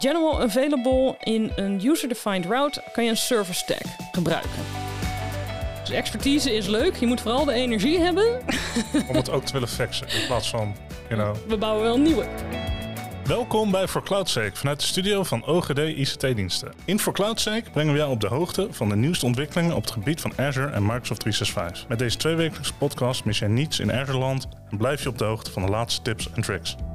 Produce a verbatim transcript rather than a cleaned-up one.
General Available in een user-defined route kan je een server stack gebruiken. Dus expertise is leuk, je moet vooral de energie hebben. Om het ook te willen fixen in plaats van, you know... We bouwen wel een nieuwe. Welkom bij For Cloud's Sake vanuit de studio van O G D I C T-diensten. In For Cloud's Sake brengen we jou op de hoogte van de nieuwste ontwikkelingen op het gebied van Azure en Microsoft driehonderdzesenzestig. Met deze tweewekelijkse podcast mis jij niets in Azureland en blijf je op de hoogte van de laatste tips en tricks.